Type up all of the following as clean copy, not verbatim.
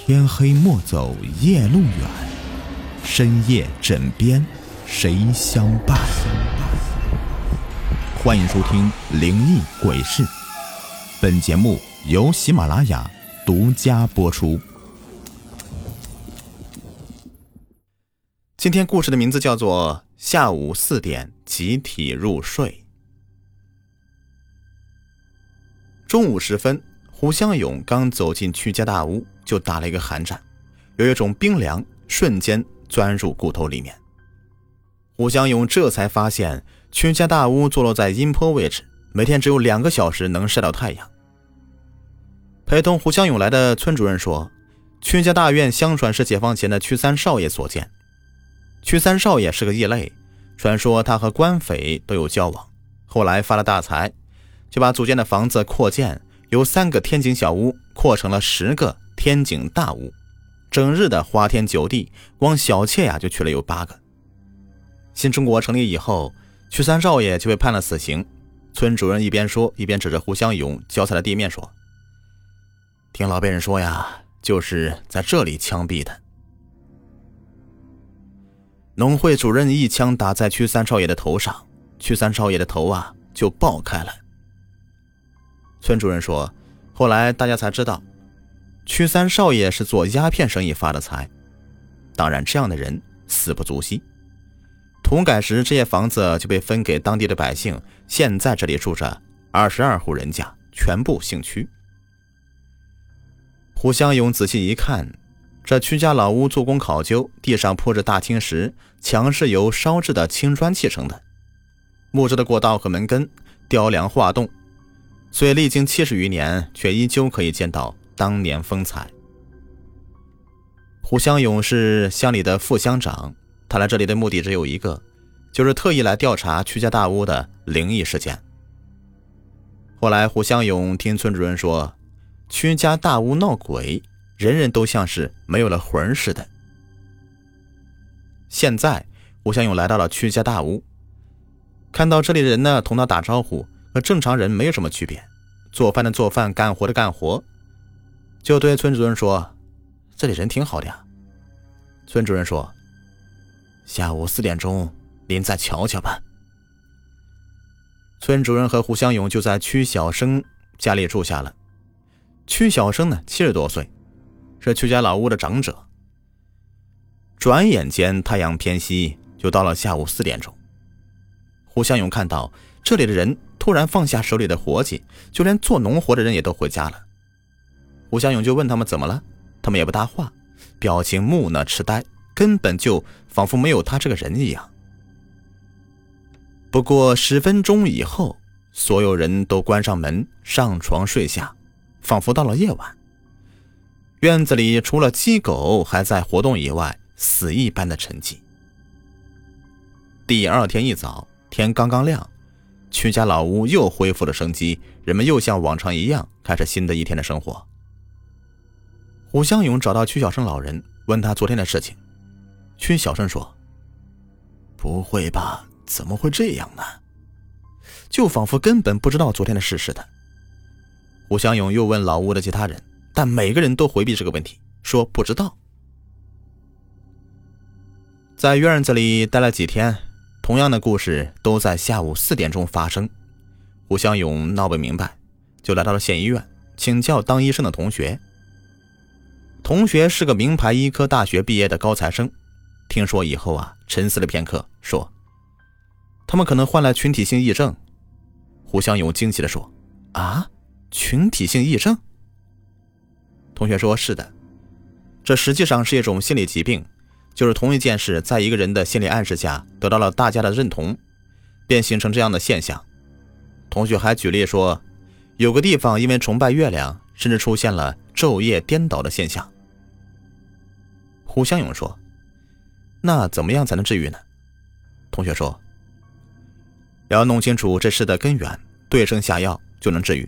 天黑莫走夜路远，深夜枕边谁相伴？欢迎收听灵异鬼事，本节目由喜马拉雅独家播出。今天故事的名字叫做下午4点集体入睡。中午时分，胡湘勇刚走进屈家大屋，就打了一个寒战，有一种冰凉瞬间钻入骨头里面。胡湘勇这才发现屈家大屋坐落在阴坡位置，每天只有2个小时能晒到太阳。陪同胡湘勇来的村主任说，屈家大院相传是解放前的屈三少爷所建。屈三少爷是个异类，传说他和官匪都有交往，后来发了大财，就把组建的房子扩建，由3个天井小屋扩成了10个天井大屋，整日的花天酒地，光小妾就娶了有8个。新中国成立以后，屈三少爷就被判了死刑。村主任一边说一边指着胡湘勇脚踩的地面说，听老辈人说呀，就是在这里枪毙的。农会主任一枪打在屈三少爷的头上，屈三少爷的头就爆开了。村主任说，后来大家才知道，屈三少爷是做鸦片生意发的财。当然这样的人死不足惜。土改时这些房子就被分给当地的百姓，现在这里住着22户人家，全部姓屈。胡湘勇仔细一看，这屈家老屋做工考究，地上铺着大青石，墙是由烧制的青砖砌成的，木质的过道和门根雕梁画栋，虽历经70余年，却依旧可以见到当年风采。胡湘勇是乡里的副乡长，他来这里的目的只有一个，就是特意来调查屈家大屋的灵异事件。后来胡湘勇听村主任说，屈家大屋闹鬼，人人都像是没有了魂似的。现在胡湘勇来到了屈家大屋，看到这里的人呢，同他打招呼和正常人没有什么区别，做饭的做饭，干活的干活，就对村主任说，这里人挺好的呀。村主任说，下午4点钟您再瞧瞧吧。村主任和胡湘勇就在屈小生家里住下了。屈小生呢70多岁，是屈家老屋的长者。转眼间太阳偏西，就到了下午4点钟。胡湘勇看到这里的人突然放下手里的活计，就连做农活的人也都回家了。胡湘勇就问他们怎么了，他们也不搭话，表情木讷痴呆，根本就仿佛没有他这个人一样。不过10分钟以后，所有人都关上门，上床睡下，仿佛到了夜晚。院子里除了鸡狗还在活动以外，死一般的沉寂。第2天一早，天刚刚亮，屈家老屋又恢复了生机，人们又像往常一样开始新的一天的生活。胡湘勇找到屈小生老人，问他昨天的事情。屈小生说，不会吧，怎么会这样呢？就仿佛根本不知道昨天的事似的。胡湘勇又问老屋的其他人，但每个人都回避这个问题，说不知道。在院子里待了几天，同样的故事都在下午4点钟发生。胡湘勇闹不明白，就来到了县医院，请教当医生的同学。同学是个名牌医科大学毕业的高材生，听说以后沉思了片刻，说他们可能患了群体性癔症。胡湘勇惊奇地说，群体性癔症？同学说，是的，这实际上是一种心理疾病，就是同一件事在一个人的心理暗示下得到了大家的认同，便形成这样的现象。同学还举例说，有个地方因为崇拜月亮，甚至出现了昼夜颠倒的现象。胡湘勇说，那怎么样才能治愈呢？同学说，要弄清楚这事的根源，对症下药就能治愈。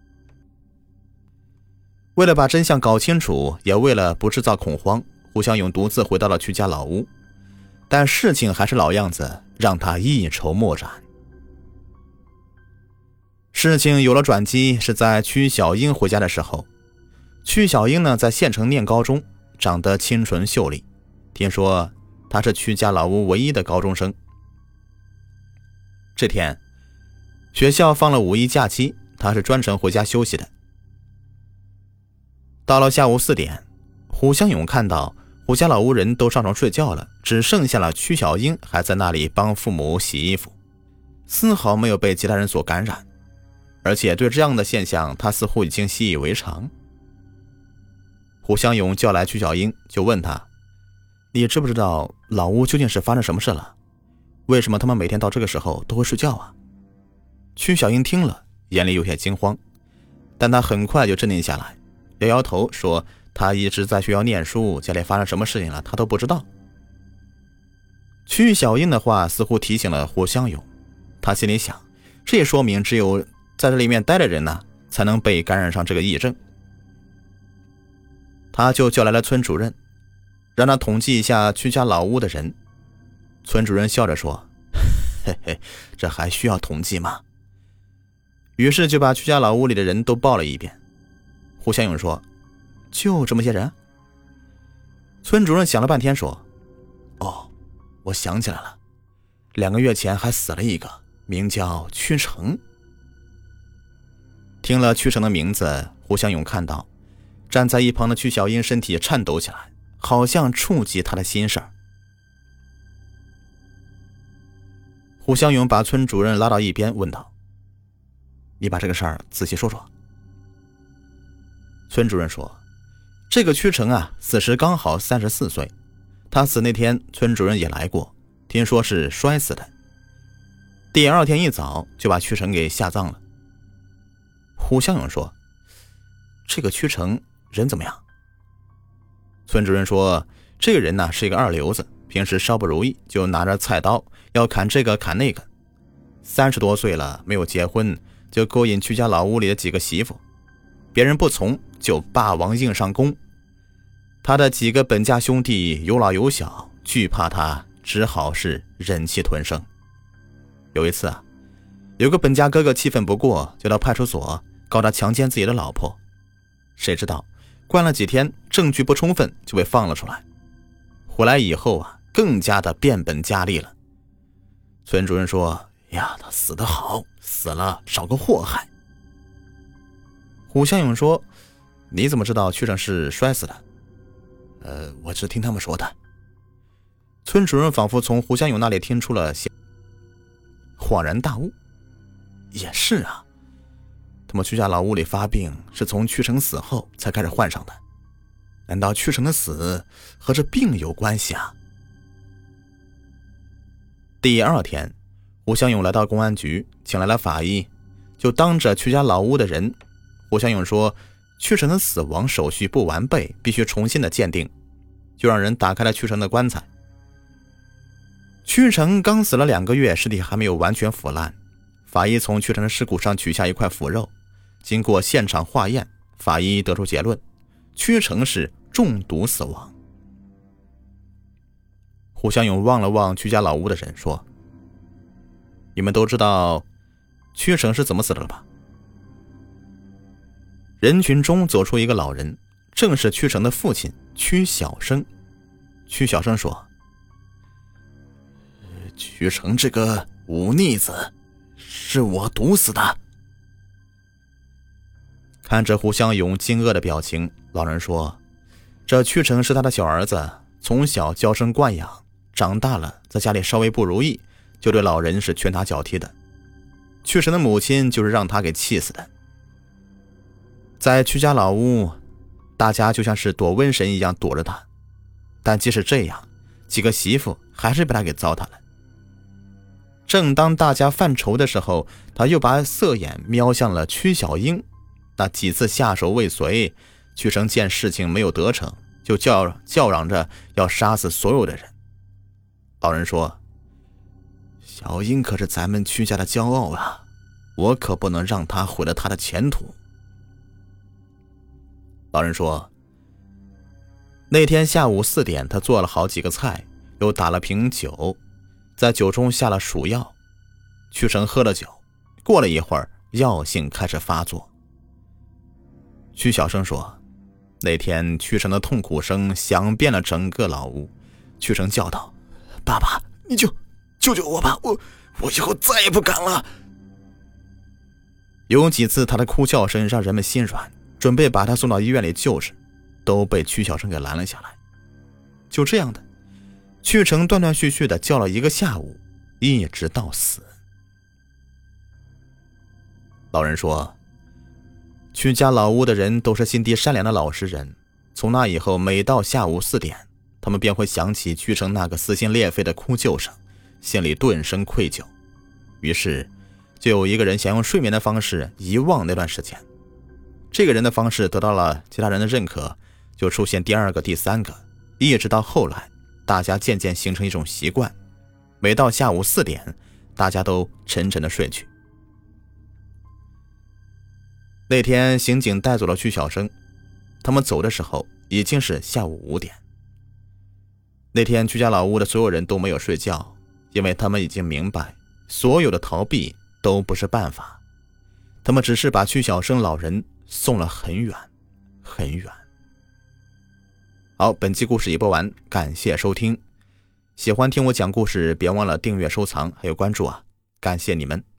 为了把真相搞清楚，也为了不制造恐慌，胡湘勇独自回到了屈家老屋，但事情还是老样子，让他一筹莫展。事情有了转机，是在屈小英回家的时候， 曲小英呢，在县城念高中，长得清纯秀丽，听说她是曲家老屋唯一的高中生。这天学校放了5一假期，她是专程回家休息的。到了下午4点，胡湘勇看到胡家老屋人都上床睡觉了，只剩下了曲小英还在那里帮父母洗衣服，丝毫没有被其他人所感染，而且对这样的现象他似乎已经习以为常。胡湘勇叫来曲小英，就问他：你知不知道老屋究竟是发生什么事了？为什么他们每天到这个时候都会睡觉啊？曲小英听了，眼里有些惊慌，但他很快就镇定下来，摇摇头说他一直在学校念书，家里发生什么事情了他都不知道。曲小英的话似乎提醒了胡湘勇，他心里想，这也说明只有在这里面待的人呢，才能被感染上这个疫症。他就叫来了村主任，让他统计一下曲家老屋的人。村主任笑着说：嘿嘿，这还需要统计吗？于是就把曲家老屋里的人都报了一遍。胡湘勇说：就这么些人？村主任想了半天说：哦，我想起来了，2个月前还死了一个，名叫曲成。听了曲成的名字，胡湘勇看到站在一旁的曲小英身体颤抖起来，好像触及他的心事儿。胡湘勇把村主任拉到一边问道：你把这个事儿仔细说说。村主任说：这个曲成啊，死时刚好34岁，他死那天村主任也来过，听说是摔死的。第2天一早就把曲成给下葬了。胡湘勇说：这个曲成人怎么样？村主任说：这个人呢，是一个二流子，平时稍不如意就拿着菜刀要砍这个砍那个，30多岁了没有结婚，就勾引曲家老屋里的几个媳妇，别人不从就霸王硬上弓。他的几个本家兄弟有老有小，惧怕他，只好是忍气吞声。有一次啊，有个本家哥哥气愤不过，就到派出所告他强奸自己的老婆。谁知道关了几天，证据不充分就被放了出来。回来以后啊，更加的变本加厉了。村主任说：呀，他死得好，死了少个祸害。胡湘勇说：你怎么知道曲成是摔死的？我只听他们说的。村主任仿佛从胡湘勇那里听出了些恍然大悟，也是啊，他们曲家老屋里发病是从曲成死后才开始患上的，难道曲成的死和这病有关系啊？第2天，胡湘勇来到公安局，请来了法医，就当着曲家老屋的人，胡湘勇说曲成的死亡手续不完备，必须重新的鉴定，就让人打开了曲成的棺材。曲成刚死了2个月，尸体还没有完全腐烂，法医从曲成的尸骨上取下一块腐肉，经过现场化验，法医得出结论，曲成是中毒死亡。胡湘勇望了望曲家老屋的人说：你们都知道曲成是怎么死的了吧？人群中走出一个老人，正是曲成的父亲曲小生。曲小生说：曲成这个忤逆子是我毒死的。看着胡湘勇惊愕的表情，老人说：这曲成是他的小儿子，从小娇生惯养，长大了在家里稍微不如意，就对老人是拳打脚踢的。曲成的母亲就是让他给气死的。在曲家老屋，大家就像是躲瘟神一样躲着他，但即使这样，几个媳妇还是被他给糟蹋了。正当大家犯愁的时候，他又把色眼瞄向了曲小英。那几次下手未遂，曲成见事情没有得逞，就叫嚷着要杀死所有的人。老人说：小英可是咱们曲家的骄傲啊，我可不能让他毁了他的前途。老人说：那天下午4点，他做了好几个菜，又打了瓶酒，在酒中下了鼠药。曲成喝了酒，过了一会儿，药性开始发作。曲小生说： 那天屈成的痛苦声响遍了整个老屋。屈成叫道：爸爸，你救救我吧，我以后再也不敢了。有几次他的哭叫声让人们心软，准备把他送到医院里救治，都被曲小生给拦了下来。就这样的，屈成断断续续的叫了一个下午，一直到死。老人说，屈家老屋的人都是心地善良的老实人，从那以后，每到下午4点，他们便会想起屈成那个撕心裂肺的哭救声，心里顿生愧疚。于是就有一个人想用睡眠的方式遗忘那段时间。这个人的方式得到了其他人的认可，就出现第2个、第3个，一直到后来，大家渐渐形成一种习惯，每到下午4点，大家都沉沉的睡去。那天刑警带走了屈小生，他们走的时候已经是下午5点。那天屈家老屋的所有人都没有睡觉，因为他们已经明白，所有的逃避都不是办法，他们只是把屈小生老人送了很远很远。好，本期故事已播完，感谢收听。喜欢听我讲故事，别忘了订阅、收藏还有关注啊，感谢你们。